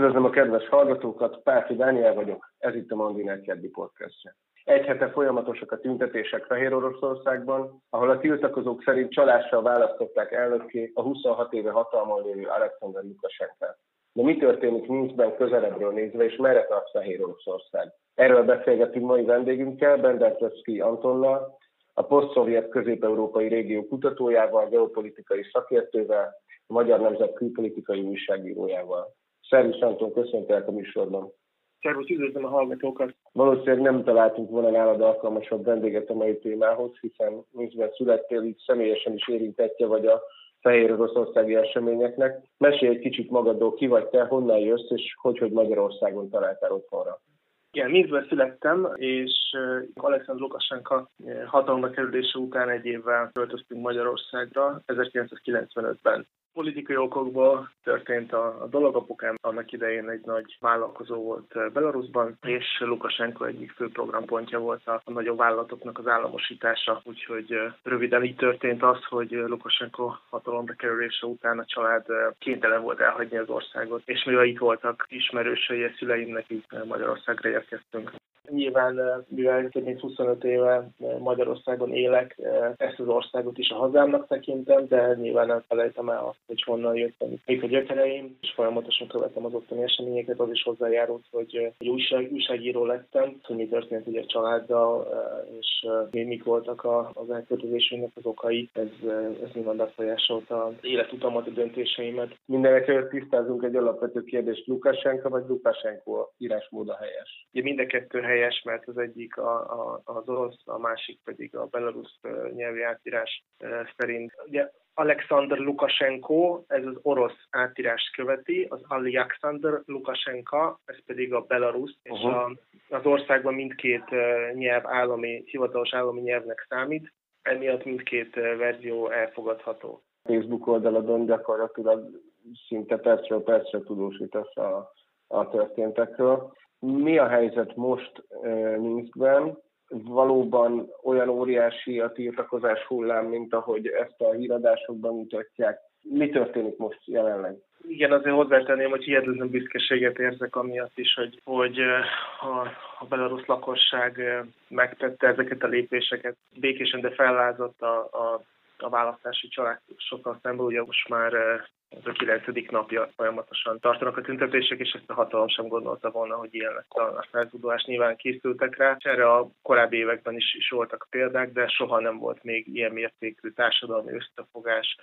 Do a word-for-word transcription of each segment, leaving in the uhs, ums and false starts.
Üdvözlöm a kedves hallgatókat, Pálfi Dániel vagyok, ez itt a Mandinál Keddi podcastje. Egy hete folyamatosak a tüntetések Fehéroroszországban, ahol a tiltakozók szerint csalással választották elnökké a huszonhat éve hatalmon lévő Alexander Lukasenkát. De mi történik Minszkben közelebbről nézve, és merre tart Fehéroroszország? Erről beszélgetünk mai vendégünkkel, Benderczewski Antonnal, a posztszovjet közép-európai régió kutatójával, geopolitikai szakértővel, a Magyar Nemzet külpolitikai újságírójával. Szervusz Anton, köszöntelek a műsorban. Szervusz, üdvözlöm a hallgatókat. Valószínűleg nem találtunk volna nálad alkalmasabb vendéget a mai témához, hiszen Minszkben születtél, így személyesen is érintettje vagy a fehéroroszországi eseményeknek. Mesélj egy kicsit magadról, ki vagy te, honnan jössz, és hogy, hogy Magyarországon találtál otthonra. Igen, Minszkben születtem, és Alexander Lukasenka hatalomra kerülése után egy évvel költöztünk Magyarországra, ezerkilencszázkilencvenötben. Politikai okokból történt a, a dolog. Apukám annak idején egy nagy vállalkozó volt Belarusban, és Lukasenko egyik fő programpontja volt a, a nagyobb vállalatoknak az államosítása. Úgyhogy röviden így történt az, hogy Lukasenko hatalomra kerülése után a család kénytelen volt elhagyni az országot, és mivel itt voltak ismerősei a szüleimnek, így Magyarországra érkeztünk. Nyilván, mivel több mint huszonöt éve Magyarországon élek, ezt az országot is a hazámnak tekintem, de nyilván nem felejtem el azt, hogy honnan jöttem, mik a gyökereim, és folyamatosan követem az ottani eseményeket. Az is hozzájárult, hogy újság, újságíró lettem, hogy mi történt ugye a családdal, és mik voltak az elköltözésünknek az okai. Ez, ez nyilván befolyásolta az életutamat, a döntéseimet. Mindenekelőtt tisztázunk egy alapvető kérdést: Lukasenka vagy Lukasenko írásmóda helyes? Ugye mind a kettő helyes, mert az egyik a, a, az orosz, a másik pedig a belarusz nyelvi átírás szerint. Ugye Alexander Lukasenko, ez az orosz átírást követi, az Alexander Lukasenka, ez pedig a belarusz, uh-huh. és a, az országban mindkét nyelv állami, hivatalos állami nyelvnek számít, emiatt mindkét verzió elfogadható. Facebook oldaladon gyakorlatilag szinte percről percre tudósítasz a, a történtekről. Mi a helyzet most uh, Minszkben? Valóban olyan óriási a tiltakozás hullám, mint ahogy ezt a híradásokban mutatják. Mi történik most jelenleg? Igen, azért hozzátenném, hogy hihetetlen büszkeséget érzek amiatt is, hogy, hogy a, a belarusz lakosság megtette ezeket a lépéseket. Békésen, de fellázadt a, a, a választási csalásokkal szemben. Ugye most már ez a kilencedik napja folyamatosan tartanak a tüntetések, és ezt a hatalom sem gondolta volna, hogy ilyen lesz a, a felzúdulás. Nyilván készültek rá. Erre a korábbi években is, is voltak példák, de soha nem volt még ilyen mértékű társadalmi összefogás,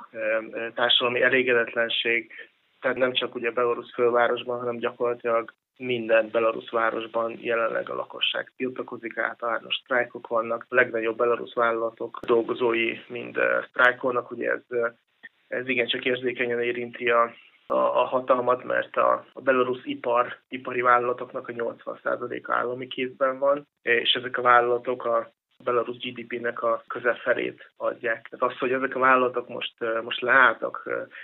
társadalmi elégedetlenség. Tehát nem csak ugye Belarusz fővárosban, hanem gyakorlatilag minden belarusz városban jelenleg a lakosság tiltakozik, általános sztrájkok vannak. A legnagyobb belarusz vállalatok dolgozói mind sztrájkolnak, ugye ez Ez igencsak érzékenyen érinti a, a, a hatalmat, mert a, a belarusz ipar, ipari vállalatoknak a nyolcvan százaléka állami kézben van, és ezek a vállalatok a belarusz gé dé pének a közel felét adják. Tehát az, hogy ezek a vállalatok most, most leálltak,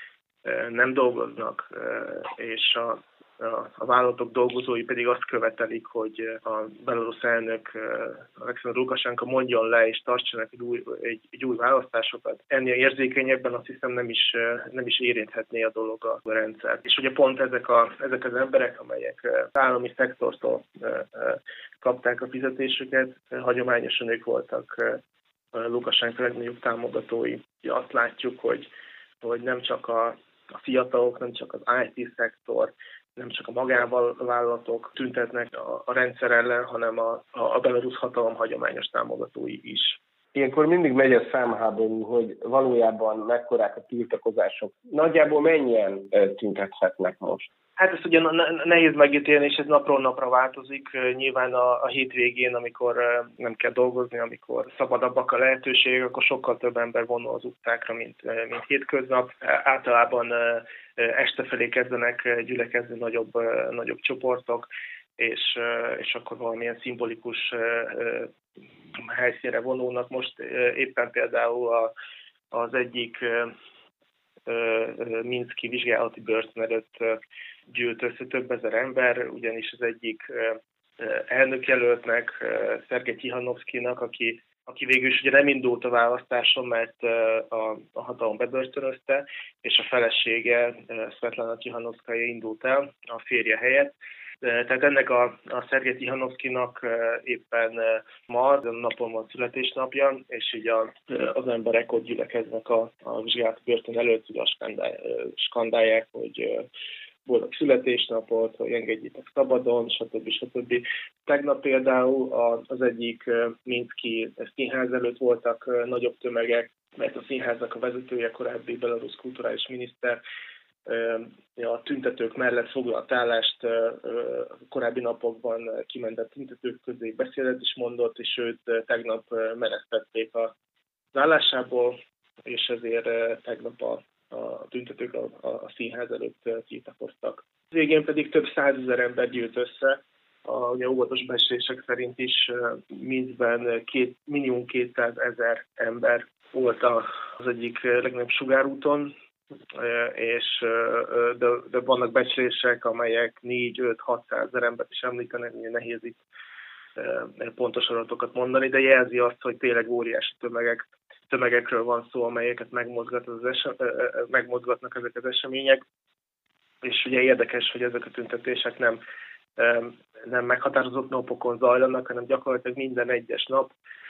nem dolgoznak, és a A, a vállalatok dolgozói pedig azt követelik, hogy a belarusz elnök Alexander Lukasenka mondjon le és tartsanak egy új, egy, egy új választásokat. Ennél érzékenyebben azt hiszem nem is, nem is érinthetné a dolog a rendszert. És ugye pont ezek, a, ezek az emberek, amelyek az állami szektortól kapták a fizetésüket, hagyományosan ők voltak Lukasenka legnagyobb támogatói. Azt látjuk, hogy, hogy nem csak a, a fiatalok, nem csak az i té-szektor, nem csak a magánvállalatok tüntetnek a, a rendszer ellen, hanem a, a belarusz hatalom hagyományos támogatói is. Ilyenkor mindig megy a számháború, hogy valójában mekkorák a tiltakozások. Nagyjából mennyien tüntethetnek most? Hát ezt ugye nehéz megítélni, és ez napról napra változik. Nyilván a, a hétvégén, amikor nem kell dolgozni, amikor szabadabbak a lehetőségek, akkor sokkal több ember vonul az utcákra, mint, mint hétköznap. Általában este felé kezdenek gyülekezni nagyobb, nagyobb csoportok, és, és akkor valamilyen szimbolikus helyszínre vonulnak. Most éppen például a, az egyik minszki vizsgálati börtön előtt gyűlt össze több ezer ember, ugyanis az egyik elnökjelöltnek, Szergej Tihanovszkinak, aki aki végül is ugye nem indult a választáson, mert a, a hatalom bebörtönözte, és a felesége, Szvetlana Csihanovszkaja indult el a férje helyett. Tehát ennek a, a Szergej Csihanovszkinak éppen ma, a napon van születésnapja, és így a, az emberek ott gyülekeznek a, a vizsgálat börtön előtt, ugye skandálják, hogy boldog születésnapot, hogy engedjétek szabadon, stb. stb. Tegnap például az egyik minszki színház előtt voltak nagyobb tömegek, mert a színháznak a vezetője, korábbi belarusz kulturális miniszter, a tüntetők mellett foglalt állást, korábbi napokban kimentett tüntetők közé beszédet is mondott, és őt tegnap menesztették az állásából, és ezért tegnap a a tüntetők a, a, a színház előtt tiltakoztak. Végén pedig több százezer ember gyűlt össze, a ugye, óvatos becslések szerint is Minszkben két, minimum kétszázezer ember volt az egyik legnagyobb sugárúton, és de, de vannak becslések, amelyek négy-öt-hatszázezer embert is említenek, ugye nehéz itt pontos adatokat mondani, de jelzi azt, hogy tényleg óriási tömegek tömegekről van szó, amelyeket megmozgat az esem, megmozgatnak ezek az események. És ugye érdekes, hogy ezek a tüntetések nem, nem meghatározott napokon zajlanak, hanem gyakorlatilag minden egyes nap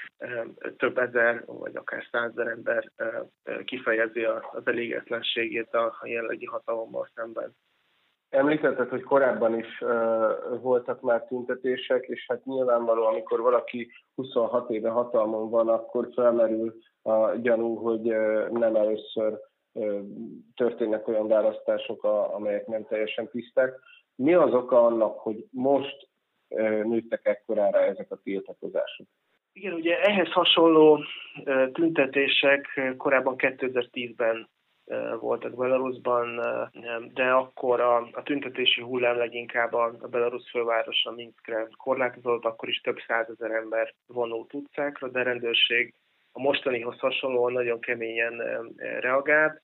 több ezer, vagy akár százezer ember kifejezi az elégedetlenségét a jelenlegi hatalommal szemben. Említetted, hogy korábban is uh, voltak már tüntetések, és hát nyilvánvaló, amikor valaki huszonhat éve hatalmon van, akkor felmerül a gyanú, hogy uh, nem először uh, történnek olyan választások, a, amelyek nem teljesen tiszták. Mi az oka annak, hogy most uh, nőttek ekkorára ezek a tiltakozások? Igen, ugye ehhez hasonló uh, tüntetések korábban kétezer-tízben voltak Belarusban, de akkor a, a tüntetési hullám leginkább a, a belarusz fővárosa Minszkre korlátozott, akkor is több százezer ember vonult utcákra, de a rendőrség a mostanihoz hasonlóan nagyon keményen reagált.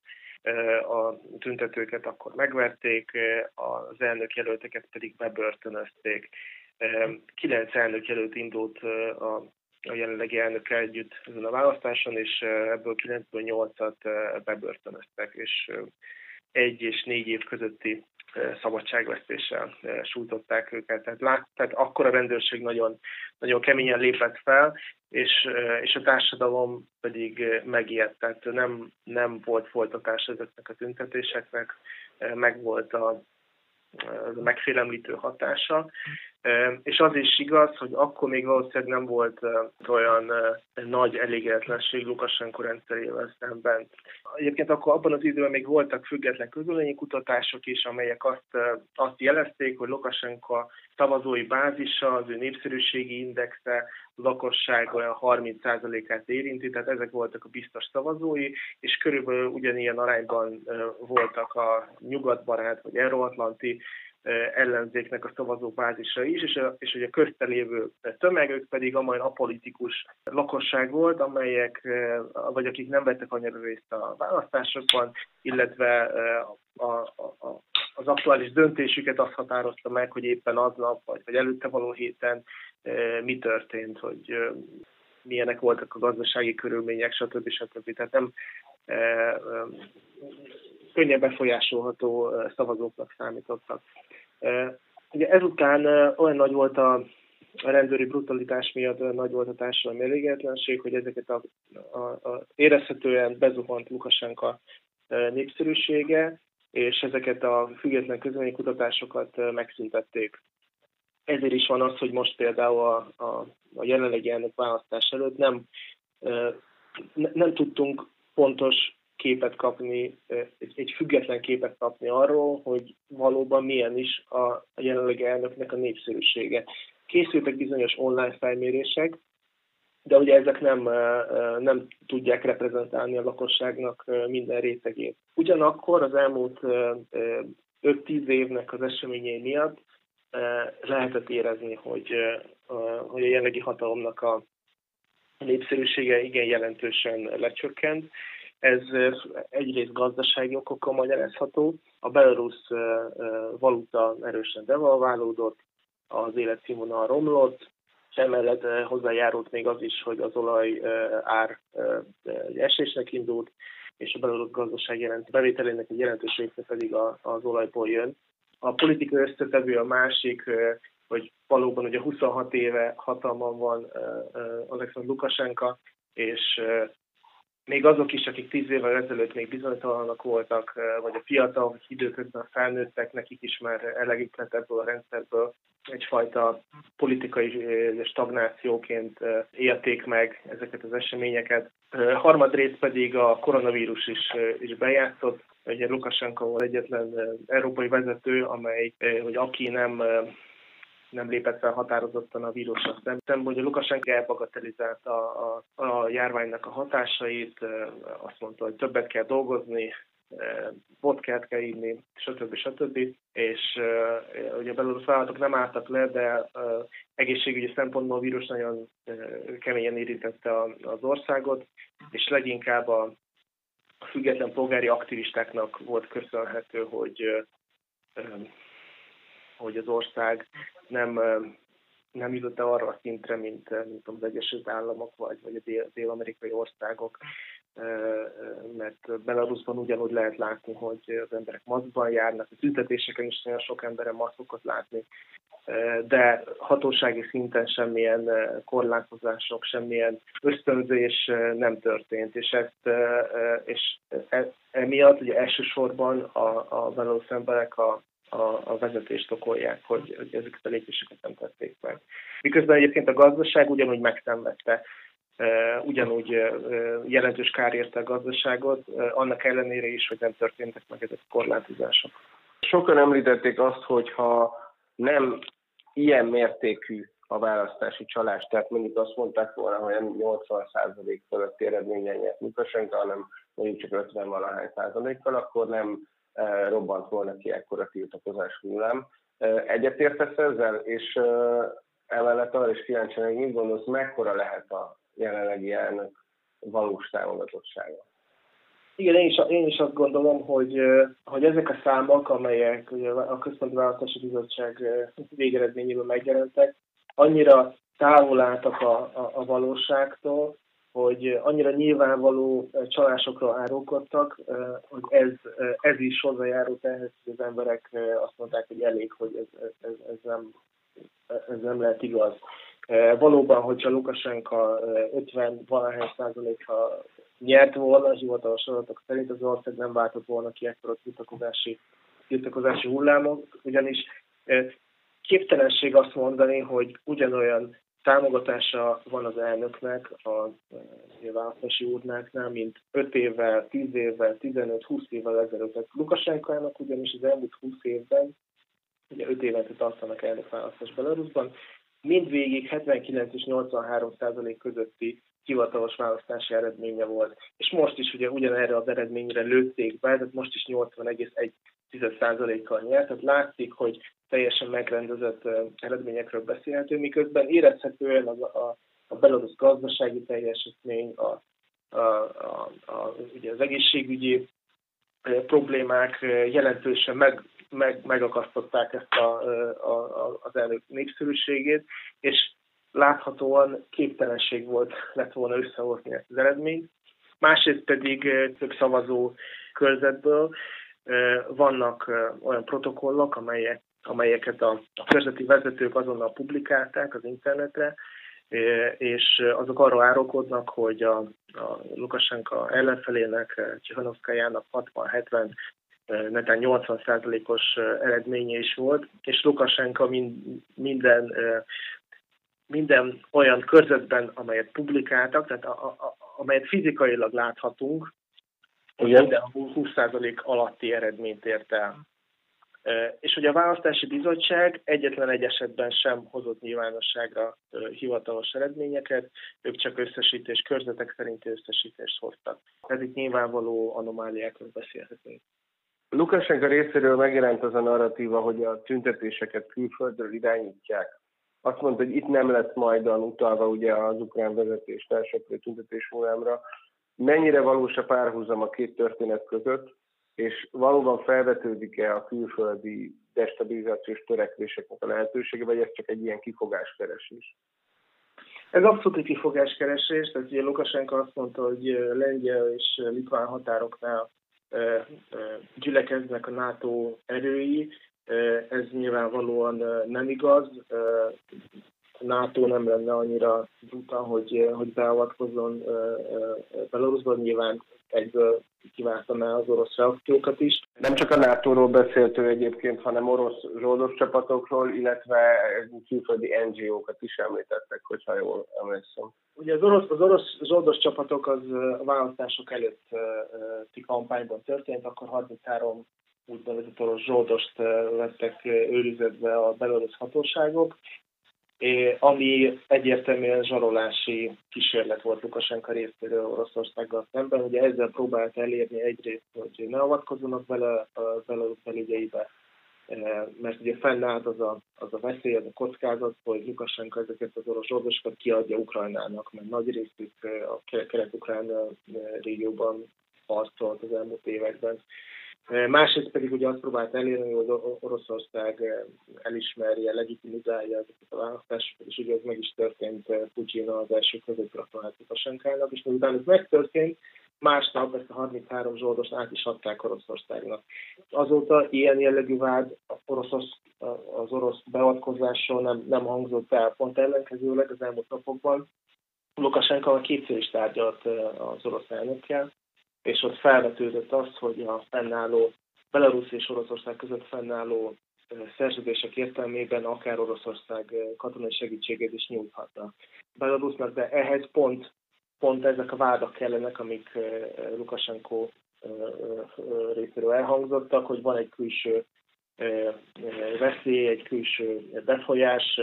A tüntetőket akkor megverték, az elnökjelölteket pedig bebörtönözték. Kilenc elnökjelölt indult a a jelenlegi elnökkel együtt ezen a választáson, és ebből kilencből nyolcat bebörtönöztek, és egy és négy év közötti szabadságvesztéssel sújtották őket. Tehát, lát, tehát akkor a rendőrség nagyon, nagyon keményen lépett fel, és, és a társadalom pedig megijedt. Tehát nem, nem volt folytatás ezeknek a tüntetéseknek, megvolt a a megfélemlítő hatása. És az is igaz, hogy akkor még valószínűleg nem volt olyan nagy elégedetlenség Lukasenko rendszerével szemben. Egyébként akkor abban az időben még voltak független közvélemény kutatások is, amelyek azt, azt jelezték, hogy Lukasenko szavazói bázisa, az ő népszerűségi indexe, lakosság olyan harminc százalékát érinti, tehát ezek voltak a biztos szavazói, és körülbelül ugyanilyen arányban voltak a nyugatbarát vagy euróatlanti ellenzéknek a szavazóbázisa is, és a, és a közte lévő tömegök pedig amolyan apolitikus lakosság volt, amelyek, vagy akik nem vettek annyira részt a választásokban, illetve a, a, a, az aktuális döntésüket azt határozta meg, hogy éppen aznap, vagy, vagy előtte való héten mi történt, hogy milyenek voltak a gazdasági körülmények, stb. stb. Tehát nem e, e, könnyen befolyásolható szavazóknak számítottak. E, ugye ezután olyan nagy volt a, a rendőri brutalitás miatt, olyan nagy volt a társadalmi elégedetlenség, hogy ezeket a, a, a érezhetően bezuhant Lukasenko népszerűsége, és ezeket a független közvéleménykutatásokat megszüntették. Ezért is van az, hogy most például a, a, a jelenlegi elnök választás előtt nem, ne, nem tudtunk pontos képet kapni, egy, egy független képet kapni arról, hogy valóban milyen is a, a jelenlegi elnöknek a népszerűsége. Készültek bizonyos online felmérések, de ugye ezek nem, nem tudják reprezentálni a lakosságnak minden rétegét. Ugyanakkor az elmúlt öt-tíz évnek az eseményei miatt lehetett érezni, hogy, hogy a jelenlegi hatalomnak a népszerűsége igen jelentősen lecsökkent. Ez egyrészt gazdasági okokkal magyarázható. A belarusz valuta erősen devalválódott, az életszínvonal romlott, és emellett hozzájárult még az is, hogy az olaj ár esésnek indult, és a belarusz gazdaság jelent bevételének egy jelentős része pedig az olajból jön. A politikai összetevő a másik, hogy valóban ugye huszonhat éve hatalmon van Alexander Lukasenka, és még azok is, akik tíz évvel ezelőtt még bizonytalanak voltak, vagy a fiatalok időközben felnőttek, nekik is már elegük lett ebből a rendszerből, egyfajta politikai stagnációként élték meg ezeket az eseményeket. Harmadrészt pedig a koronavírus is, is bejátszott. Ugye Lukasenka volt egyetlen európai vezető, amely, hogy aki nem nem lépett fel határozottan a vírussal szemben, hogy a Lukasenko elbagatelizálta a, a, a járványnak a hatásait, azt mondta, hogy többet kell dolgozni, vodkát kell inni, stb. stb. És ugye a belorusz vállalatok nem álltak le, de egészségügyi szempontból a vírus nagyon keményen érintette az országot, és leginkább a független polgári aktivistáknak volt köszönhető, hogy hogy az ország nem, nem jutott el arra a szintre, mint, mint az Egyesült Államok vagy, vagy a dél, dél-amerikai országok, mert Belarusban ugyanúgy lehet látni, hogy az emberek maszkban járnak, a tüntetéseken is nagyon sok emberen maszkokat látni, de hatósági szinten semmilyen korlátozások, semmilyen ösztönzés nem történt, és ezt és emiatt ugye elsősorban a, a belarusz emberek a A, a vezetést okolják, hogy, hogy ezeket a lépéseket nem tették meg. Miközben egyébként a gazdaság ugyanúgy megszenvedte, ugyanúgy jelentős kár érte a gazdaságot, annak ellenére is, hogy nem történtek meg ezek a korlátozások. Sokan említették azt, hogy ha nem ilyen mértékű a választási csalás, tehát mondjuk azt mondták volna, hogy nyolcvan százalék fölötti eredményen nyert Lukasenka, hanem mondjuk csak ötven-valahány százalékkal, akkor nem robbant volna ki ekkora tiltakozás hullám. Egyetértesz ezzel, és emellett arra is kíváncsi, hogy mit gondolsz, mekkora lehet a jelenlegi elnök valós támogatottsága? Igen, én is, én is azt gondolom, hogy, hogy ezek a számok, amelyek ugye a Központi Választási Bizottság végeredményéből megjelentek, annyira távol álltak a, a, a valóságtól, hogy annyira nyilvánvaló csalásokra árulkodtak, hogy ez, ez is hozzájárult ehhez, hogy az emberek azt mondták, hogy elég, hogy ez, ez, ez, nem, ez nem lehet igaz. Valóban, hogyha Lukasenka ötven-valahány százaléka nyert volna a hivatalos adatok szerint, az ország nem váltott volna ki ekkora tiltakozási, tiltakozási hullámot, ugyanis képtelenség azt mondani, hogy ugyanolyan támogatása van az elnöknek a, a választási urnáknál, mint öt évvel, tíz évvel, tizenöt-húsz évvel ezelőtt. Lukasenkának ugyanis az elmúlt húsz évben, ugye öt évente tartanak elnökválasztás Belarusban, mindvégig hetvenkilenc és nyolcvanhárom százalék közötti hivatalos választási eredménye volt. És most is ugye ugyanerre az eredményre lőtték be, tehát most is nyolcvan egész egy százalékkal nyert, tehát látszik, hogy teljesen megrendezett eredményekről beszélhető, miközben érezhetően az, a, a belarusz gazdasági teljesítmény, a, a, a, a, ugye az egészségügyi problémák jelentősen meg, meg, megakasztották ezt a, a, a, az elnök népszerűségét, és láthatóan képtelenség volt, lett volna összehozni ezt az eredményt. Másrészt pedig több szavazó körzetből vannak olyan protokollok, amelyek, amelyeket a, a körzeti vezetők azonnal publikálták az internetre, és azok arra árulkodnak, hogy a, a Lukasenka ellenfelének, Csihanovszkajának hatvan-hetven, netán nyolcvan százalékos eredménye is volt, és Lukasenka mind, minden, minden olyan körzetben, amelyet publikáltak, tehát a, a, amelyet fizikailag láthatunk, hogy minden húsz százalék alatti eredményt ért el. És hogy a választási bizottság egyetlen egy esetben sem hozott nyilvánosságra hivatalos eredményeket, ők csak összesítés, körzetek szerinti összesítést hoztak. Ez itt nyilvánvaló anomáliákról beszélhetünk. Lukasenka részéről megjelent az a narratíva, hogy a tüntetéseket külföldről irányítják. Azt mondta, hogy itt nem lesz majdan utalva ugye az ukrán vezetés felsőprő tüntetés hullámra. Mennyire valós a párhuzam a két történet között, és valóban felvetődik-e a külföldi destabilizációs törekvéseknek a lehetősége, vagy ez csak egy ilyen kifogáskeresés? Ez abszolút egy kifogáskeresés, tehát ugye Lukasenko azt mondta, hogy lengyel és litván határoknál gyülekeznek a NATO erői. Ez nyilvánvalóan nem igaz. A NATO nem lenne annyira brutal, hogy, hogy beavatkozzon Belarusban, nyilván egyből kiváltaná az orosz reakciókat is. Nem csak a nátóról beszélt ő egyébként, hanem orosz zsoldos csapatokról, illetve külföldi en gé ó-kat is említettek, hogyha jól emlékszem. Ugye az orosz, az orosz zsoldos csapatok az a választások előtti kampányban történt, akkor harminchárom úgynevezett orosz zsoldost vettek őrizetbe a belorusz hatóságok, ami egyértelműen zsarolási kísérlet volt Lukasenko részéről Oroszországgal szemben. Ugye ezzel próbált elérni egyrészt, hogy ne avatkozzanak bele a Belarus belügyeibe, mert ugye fennállt az a, az a veszély, az a kockázat, hogy Lukasenko ezeket az orosz zsoldosokat kiadja Ukrajnának, mert nagy részük a kelet-ukrán régióban harcolt az elmúlt években. Másrészt pedig ugye azt próbált elérni, hogy Oroszország elismerje, legitimizálja ezeket a választásokat, és ugye ez meg is történt Putyin az első között gratulált Lukasenkának, és miután ez megtörtént, másnap ezt a harminchárom zsoldost át is adták Oroszországnak. Azóta ilyen jellegű vád orosz, az orosz beavatkozásról nem, nem hangzott el, pont ellenkezőleg az elmúlt napokban. Lukasenko kétszer is tárgyalt az orosz elnökkel, és ott felvetődött az, hogy a fennálló, Belarus és Oroszország között fennálló szerződések értelmében akár Oroszország katonai segítségét is nyújthatna Belarusnak, de ehhez pont, pont ezek a vádak kellenek, amik Lukasenko részéről elhangzottak, hogy van egy külső veszély, egy külső befolyás,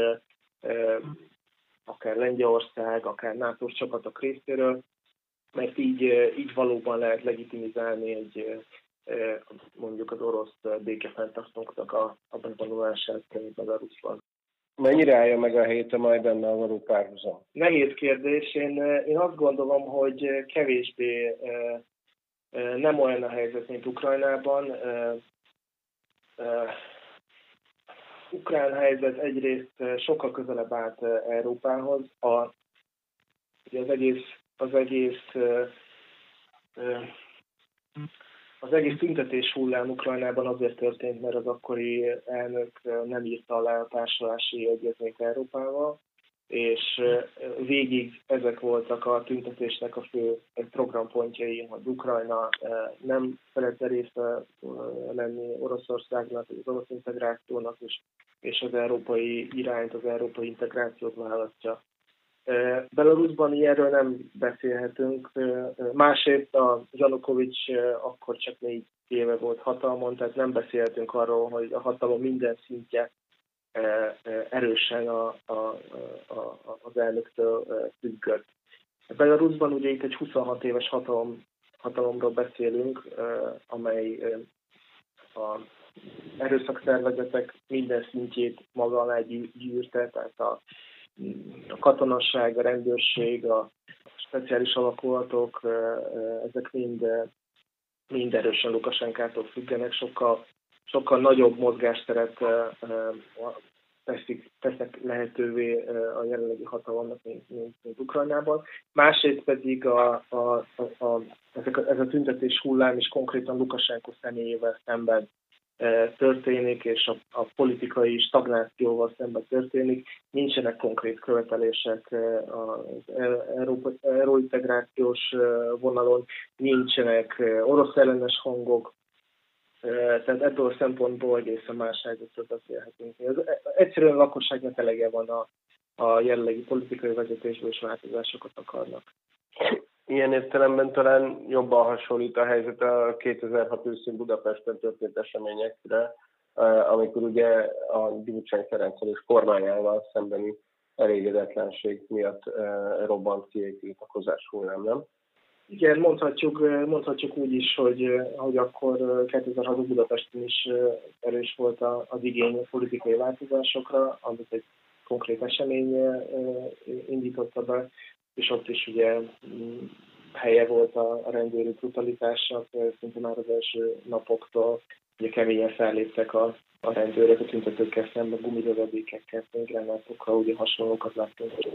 akár Lengyelország, akár NATO-s csapatok részéről, mert így, így valóban lehet legitimizálni egy, mondjuk az orosz békefenntartóknak a, a bevonulását Belarusban. Mennyire állja meg a hét a Majdannal való párhuzam? Nehéz kérdés. Én, én azt gondolom, hogy kevésbé nem olyan a helyzet, mint Ukrajnában. Ukrán helyzet egyrészt sokkal közelebb állt Európához. A, az egész az egész az egész tüntetés hullám Ukrajnában azért történt, mert az akkori elnök nem írta alá a társulási egyezményt Európával, és végig ezek voltak a tüntetésnek a fő programpontjai, hogy Ukrajna nem szerette része lenni Oroszországnak, az orosz integrációnak, és, és az európai irányt, az európai integrációt választja. Belarusban ilyenről nem beszélhetünk. Másrészt a Janukovics akkor csak négy éve volt hatalmon, tehát nem beszélhetünk arról, hogy a hatalom minden szintje erősen a, a, a, az elnöktől függött. Belarusban ugye itt egy huszonhat éves hatalom, hatalomról beszélünk, amely a erőszakszervezetek minden szintjét maga alá gyűrte, tehát a a katonasság, a rendőrség, a speciális alakulatok, ezek mind, mind erősen Lukasenkától függenek, sokkal, sokkal nagyobb mozgásteret teszik, tesznek lehetővé a jelenlegi hatalomnak, mint, mint, mint Ukrajnában. Másrészt pedig a, a, a, a, ezek a, ez a tüntetés hullám is konkrétan Lukasenko személyével szemben történik, és a, a politikai stagnációval szemben történik. Nincsenek konkrét követelések az euróintegrációs vonalon, nincsenek orosz ellenes hangok, tehát ebből a szempontból egészen más helyzetről beszélhetünk. Egyszerűen a lakosságnak elege van a, a jelenlegi politikai vezetésből, és változásokat akarnak. Ilyen értelemben talán jobban hasonlít a helyzet a kétezer-hat őszén Budapesten történt eseményekre, amikor ugye a Gyurcsány Ferenccel és kormányával szembeni elégedetlenség miatt robbant ki egy tiltakozás hullám, nem? Igen, mondhatjuk, mondhatjuk úgy is, hogy, hogy akkor kétezer-hat Budapesten is erős volt az igény a politikai változásokra, amit egy konkrét esemény indította be, és ott is ugye helye volt a, a rendőri brutalitásnak, szinte már az első napoktól ugye keményen felléptek a, a rendőrök a tüntetőkkel szemben, gumilövedékekkel, fénygránátokkal, ugye hasonlókat láttunk.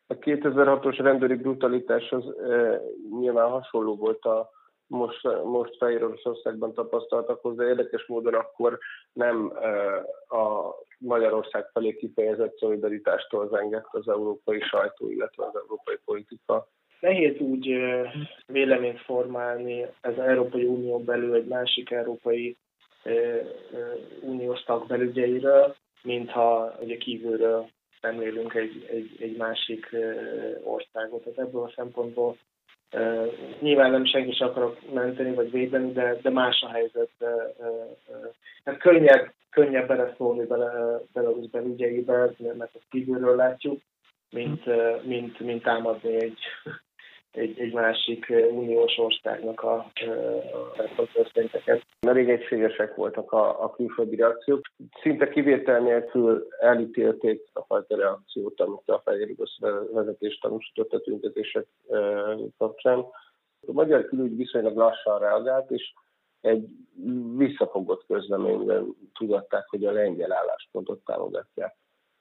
A kétezer-hatos rendőri brutalitás az e, nyilván hasonló volt a most, most Fehér Oroszországban tapasztaltakhoz, de érdekes módon akkor nem e, a Magyarország felé kifejezett szolidaritástól zengett az európai sajtó, illetve az európai politika. Nehéz úgy e, véleményt formálni ez az Európai Unió belül egy másik európai e, e, uniós tag belügyeiről, mintha ugye kívülről szemlélünk egy, egy, egy másik országot. Tehát ebből a szempontból uh, nyilván nem senki sem akarok menteni vagy védeni, de, de más a helyzet. Uh, uh, uh, könnyebb, könnyebb beleszólni bele, Belarus belügyeibe, mert ezt kívülről látjuk, mint, uh, mint, mint támadni egy, egy, egy másik uniós országnak a, a történteket. Elég egységesek voltak a, a külföldi reakciók. Szinte kivétel nélkül elítélték a fajta reakciót, amit a Fehér Orosz vezetés tanúsított a tüntetések kapcsán. A magyar külügy viszonylag lassan reagált, és egy visszafogott közleményben tudatták, hogy a lengyel álláspontot támogatják.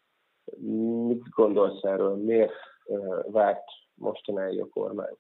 Mit gondolsz erről? Miért várt mostanáig a kormány?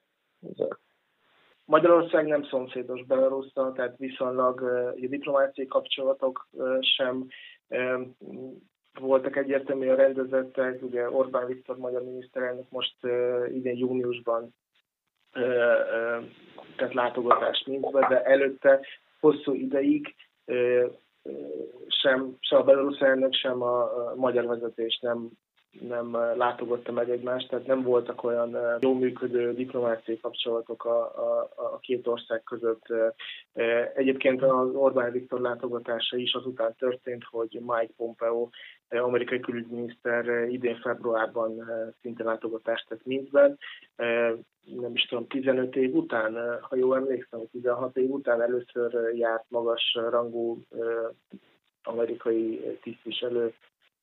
Magyarország nem szomszédos Belarusszal, tehát viszonylag uh, diplomáciai kapcsolatok uh, sem uh, voltak egyértelműen rendezettek. Ugye Orbán Viktor magyar miniszterelnök most uh, idén júniusban uh, uh, tett látogatást Minszbe, de előtte hosszú ideig uh, uh, sem, sem a belarusz elnök, sem a, a magyar vezetés nem nem látogatta meg egymást, tehát nem voltak olyan jól működő diplomáciai kapcsolatok a, a, a két ország között. Egyébként az Orbán Viktor látogatása is azután történt, hogy Mike Pompeo, amerikai külügyminiszter idén februárban szinte látogatást tett Minszben. Nem is tudom, tizenöt év után, ha jól emlékszem, tizenhat év után először járt magas rangú amerikai tisztviselő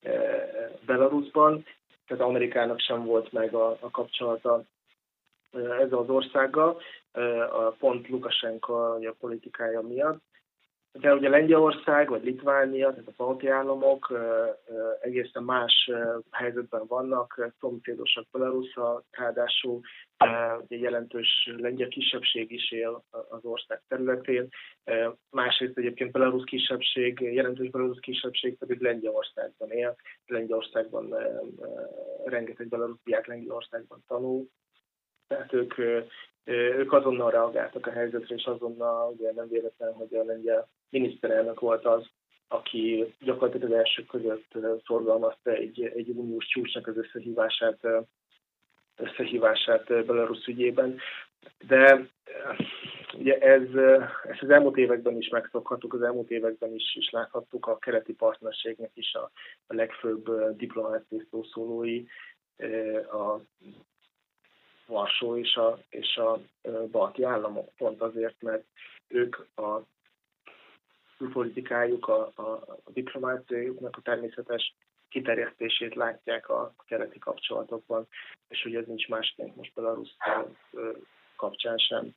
Belarusban, tehát Amerikának sem volt meg a, a kapcsolata ezzel az országgal, a pont Lukasenko a politikája miatt. De ugye Lengyelország vagy Litvánia, tehát a balti államok egészen más helyzetben vannak, szomszédosak Belarusszal, ráadásul egy jelentős lengyel kisebbség is él az ország területén. Másrészt egyébként belarusz kisebbség, jelentős belarusz kisebbség pedig Lengyelországban él. Lengyelországban rengeteg belarusz diák Lengyelországban tanul. Tehát ők, ők azonnal reagáltak a helyzetre, és azonnal, ugye nem véletlen, hogy a lengyel miniszterelnök volt az, aki gyakorlatilag az elsők között szorgalmazta egy, egy uniós csúcsnak az összehívását, összehívását Belarus ügyében. De ugye ez, ezt az elmúlt években is megszokhattuk, az elmúlt években is, is láthattuk a keleti partnerségnek is a, a legfőbb diplomáciai szószólói, a Varsó és a, és a balti államok, pont azért, mert ők a külpolitikájuk, a, a, a diplomáciájuknak a természetes kiterjesztését látják a keleti kapcsolatokban, és ugye ez nincs másként most Belarus kapcsán sem.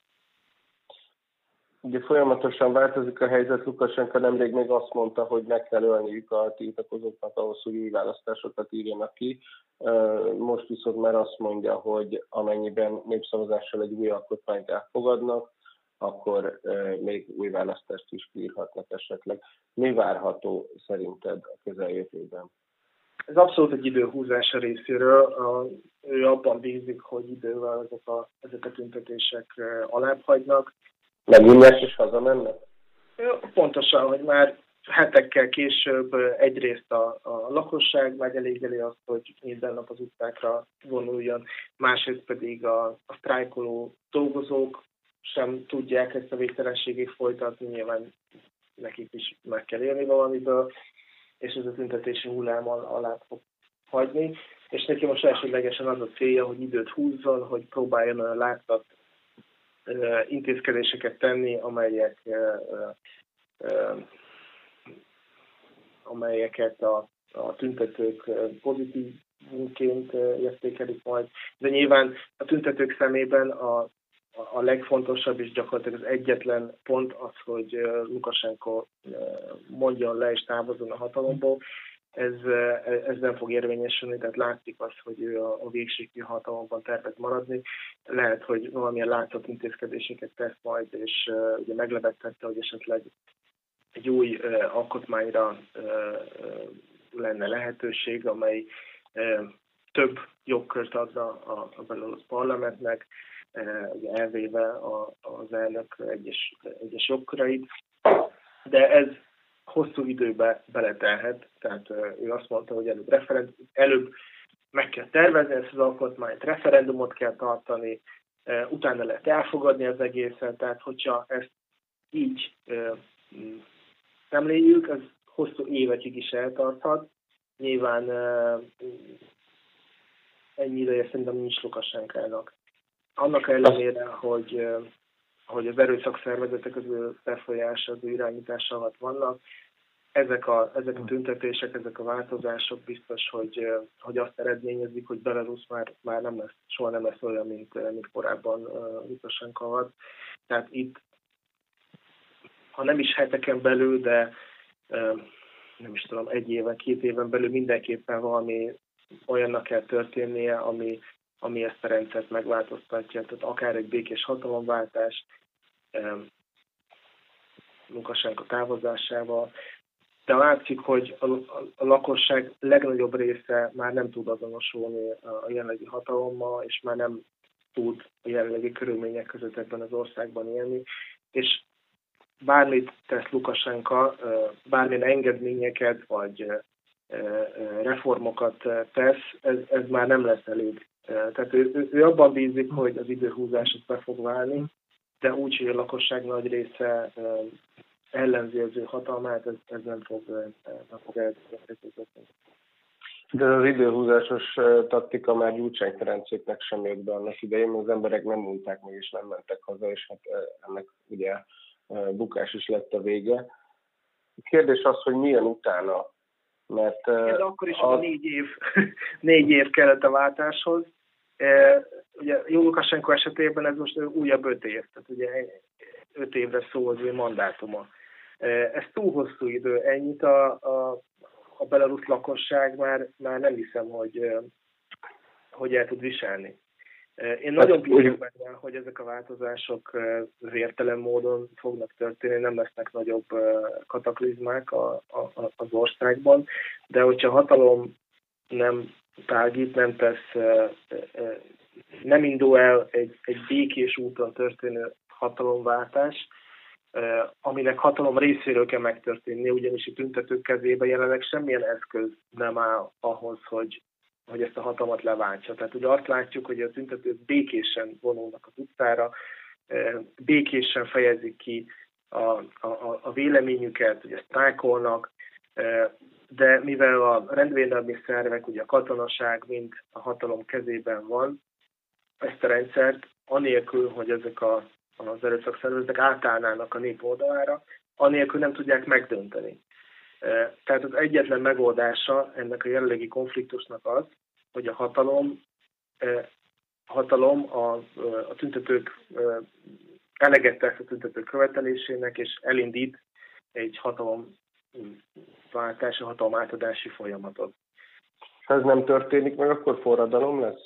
Ugye folyamatosan változik a helyzet. Lukasenko nemrég még azt mondta, hogy meg kell ölniük a tiltakozóknak ahhoz, hogy új választásokat írjanak ki. Most viszont már azt mondja, hogy amennyiben népszavazással egy új alkotmányt elfogadnak, akkor még új választást is kiírhatnak esetleg. Mi várható szerinted a közeljövőben? Ez abszolút egy időhúzás a részéről. A, ő abban bízik, hogy idővel ezek a, ezek a tüntetések alább hagynak. Megint is hazamennek? Pontosan, hogy már hetekkel később egyrészt a, a lakosság megelégeli azt, hogy minden nap az utcákra vonuljon, másrészt pedig a, a sztrájkoló dolgozók sem tudják ezt a végtelenségig folytatni, nyilván nekik is meg kell élni valamiből, és ez a tüntetési hullám alá fog hagyni, és neki most elsődlegesen az a célja, hogy időt húzzon, hogy próbáljon a látszat intézkedéseket tenni, amelyek, amelyeket a, a tüntetők pozitívunként értékelik majd. De nyilván a tüntetők szemében a, a legfontosabb és gyakorlatilag az egyetlen pont az, hogy Lukasenko mondjon le és távozzon a hatalomból, ez, ez nem fog érvényesülni, tehát látszik az, hogy ő a, a végső hatalomban tervez maradni. Lehet, hogy valamilyen látszott intézkedéseket tesz majd, és uh, ugye meglebettette, hogy esetleg egy új uh, alkotmányra uh, uh, lenne lehetőség, amely uh, több jogkört adna a, a belarusz parlamentnek, uh, ugye elvéve a, az elnök egyes, egyes jogkörait, de ez hosszú időbe beletelhet, tehát ő azt mondta, hogy előbb, referend, előbb meg kell tervezni ezt az alkotmányt, referendumot kell tartani, utána lehet elfogadni az egészet, tehát hogyha ezt így szemléljük, ez hosszú évekig is eltarthat. Nyilván ennyi ideje szerintem nincs Lukasenkának. Annak ellenére, hogy hogy az erőszakszervezetek az ő befolyása, az ő irányítása alatt vannak. Ezek a, ezek a tüntetések, ezek a változások biztos, hogy, hogy azt eredményezik, hogy Belarus már, már nem lesz, soha nem lesz olyan, mint, mint korábban Lukasenka volt. Tehát itt, ha nem is heteken belül, de nem is tudom, egy éven, két éven belül mindenképpen valami olyannak kell történnie, ami, ami ezt a rendszert megváltoztatja, tehát akár egy békés hatalomváltás, Lukasenka távozásával, de látszik, hogy a, a, a lakosság legnagyobb része már nem tud azonosulni a jelenlegi hatalommal, és már nem tud a jelenlegi körülmények között ebben az országban élni, és bármit tesz Lukasenka, bármilyen engedményeket vagy reformokat tesz, ez, ez már nem lesz elég. Tehát ő, ő, ő abban bízik, hogy az időhúzás be fog válni, de úgy, hogy a lakosság nagy része ellenzi az ő hatalmát, ez, ez nem fog, nem fog elkezdődni. De az időhúzásos taktika már Gyurcsány Ferencéknek sem jött be annak idején, mert az emberek nem mondták meg és nem mentek haza, és hát ennek ugye bukás is lett a vége. A kérdés az, hogy milyen utána, mert... Ez akkor is a négy év, négy év kellett a váltáshoz. Ugye Jó Lukasenko esetében ez most újabb öt év, tehát ugye öt évre szól az ő mandátuma. Ez túl hosszú idő, ennyit a, a, a belarusz lakosság már, már nem hiszem, hogy, hogy el tud viselni. Én nagyon bízom benne, hogy ezek a változások vértelen módon fognak történni, nem lesznek nagyobb kataklizmák a, a, az országban, de hogyha hatalom nem tágít, nem tesz, nem indul el egy, egy békés úton történő hatalomváltás, aminek hatalom részéről kell megtörténni, ugyanis a tüntetők kezében jelenleg semmilyen eszköz nem áll ahhoz, hogy, hogy ezt a hatalmat leváltsa. Tehát ugye azt látjuk, hogy a tüntetők békésen vonulnak az utcára, békésen fejezik ki a, a, a véleményüket, ugye sztrájkolnak, de mivel a rendvédelmi szervek, ugye a katonaság mind a hatalom kezében van, ezt a rendszert anélkül, hogy ezek a, az erőszakszervezetek átállnának a nép oldalára, anélkül nem tudják megdönteni. Tehát az egyetlen megoldása ennek a jelenlegi konfliktusnak az, hogy a hatalom, a, hatalom a, a tüntetők eleget tesz a tüntetők követelésének, és elindít egy hatalomváltási, hatalomátadási folyamatot. Ha ez nem történik meg, akkor forradalom lesz?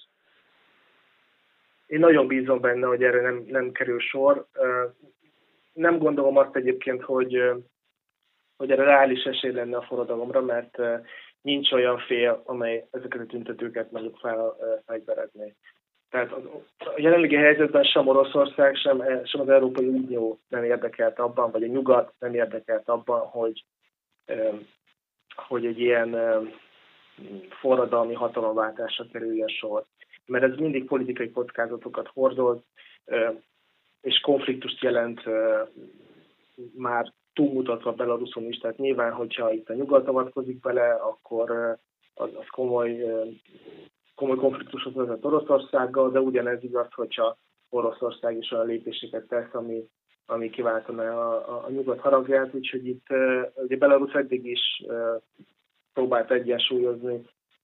Én nagyon bízom benne, hogy erre nem, nem kerül sor. Nem gondolom azt egyébként, hogy, hogy erre reális esély lenne a forradalomra, mert nincs olyan fél, amely ezeket a tüntetőket mondjuk felfegyverezni. Tehát a jelenlegi helyzetben sem Oroszország, sem, sem az Európai Unió nem érdekelt abban, vagy a Nyugat nem érdekelt abban, hogy, hogy egy ilyen forradalmi hatalomváltásra kerüljön sor. Mert ez mindig politikai kockázatokat hordoz, és konfliktust jelent már túlmutatva Belaruson is. Tehát nyilván, hogyha itt a Nyugat avatkozik bele, akkor az, az komoly, komoly konfliktushoz vezet Oroszországgal, de ugyanez igaz, hogyha Oroszország is olyan lépéseket tesz, ami, ami kiváltaná a, a, a Nyugat haragját. Úgyhogy itt ugye Belarus eddig is próbált egyensúlyozni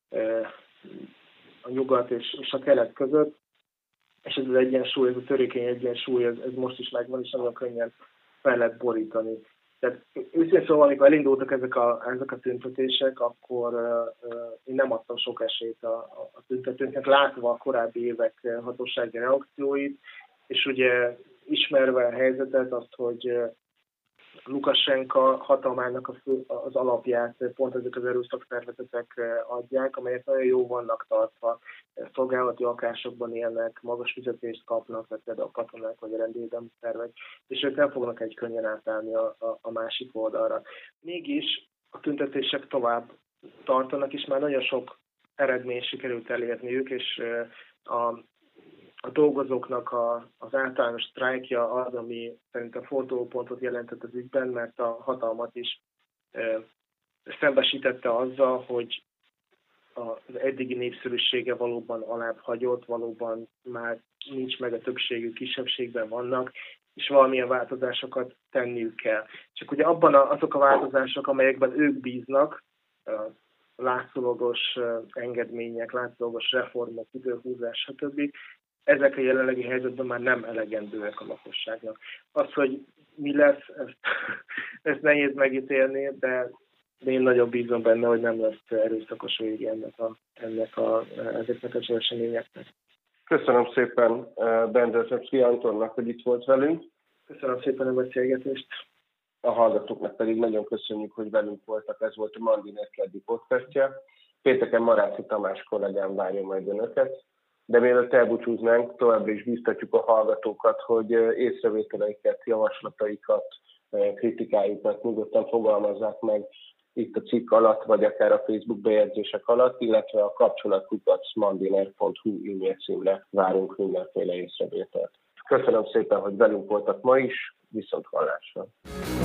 a Nyugat és, és a Kelet között, és ez az egyensúly, ez a törékeny egyensúly, ez, ez most is megvan, és nagyon könnyen fel lehet borítani. Tehát őszintén szóval, amikor elindultak ezek a, ezek a tüntetések, akkor uh, uh, én nem adtam sok esélyt a, a tüntetőknek, látva a korábbi évek hatósági reakcióit, és ugye ismerve a helyzetet, azt, hogy uh, Lukasenka hatalmának a fő, az alapját pont ezek az erőszakszervezetek adják, amelyek nagyon jó vannak tartva, szolgálati lakásokban élnek, magas fizetést kapnak, tehát például a katonák vagy a rendvédelmi szervek, és ők nem fognak egy könnyen átállni a, a, a másik oldalra. Mégis a tüntetések tovább tartanak, és már nagyon sok eredmény sikerült elérniük, és a A dolgozóknak a, az általános sztrájkja az, ami szerintem fordulópontot jelentett az ügyben, mert a hatalmat is e, szembesítette azzal, hogy az eddigi népszerűsége valóban alább hagyott, valóban már nincs meg a többségük, kisebbségben vannak, és valamilyen változásokat tenniük kell. Csak ugye abban a, azok a változások, amelyekben ők bíznak, látszólagos engedmények, látszólagos reformok, időhúzás, stb., ezek a jelenlegi helyzetben már nem elegendőek a lakosságnak. Az, hogy mi lesz, ezt, ezt nehéz megítélni, de én nagyon bízom benne, hogy nem lesz erőszakos vége ennek a, ennek a, ezeknek az eseményeknek. Köszönöm szépen Benderzsebszky Antonnak, hogy itt volt velünk. Köszönöm szépen a beszélgetést. A hallgatóknak pedig nagyon köszönjük, hogy velünk voltak. Ez volt a Mandiner keddi podcastja. Pénteken Maráci Tamás kollégám várja majd önöket. De mielőtt elbúcsúznánk, továbbra is biztatjuk a hallgatókat, hogy észrevételeiket, javaslataikat, kritikájukat nyugodtan fogalmazzák meg itt a cikk alatt, vagy akár a Facebook bejegyzések alatt, illetve a kapcsolatkukac mandiner pont hu e-mail címre várunk mindenféle észrevételt. Köszönöm szépen, hogy velünk voltak ma is, viszont hallásra!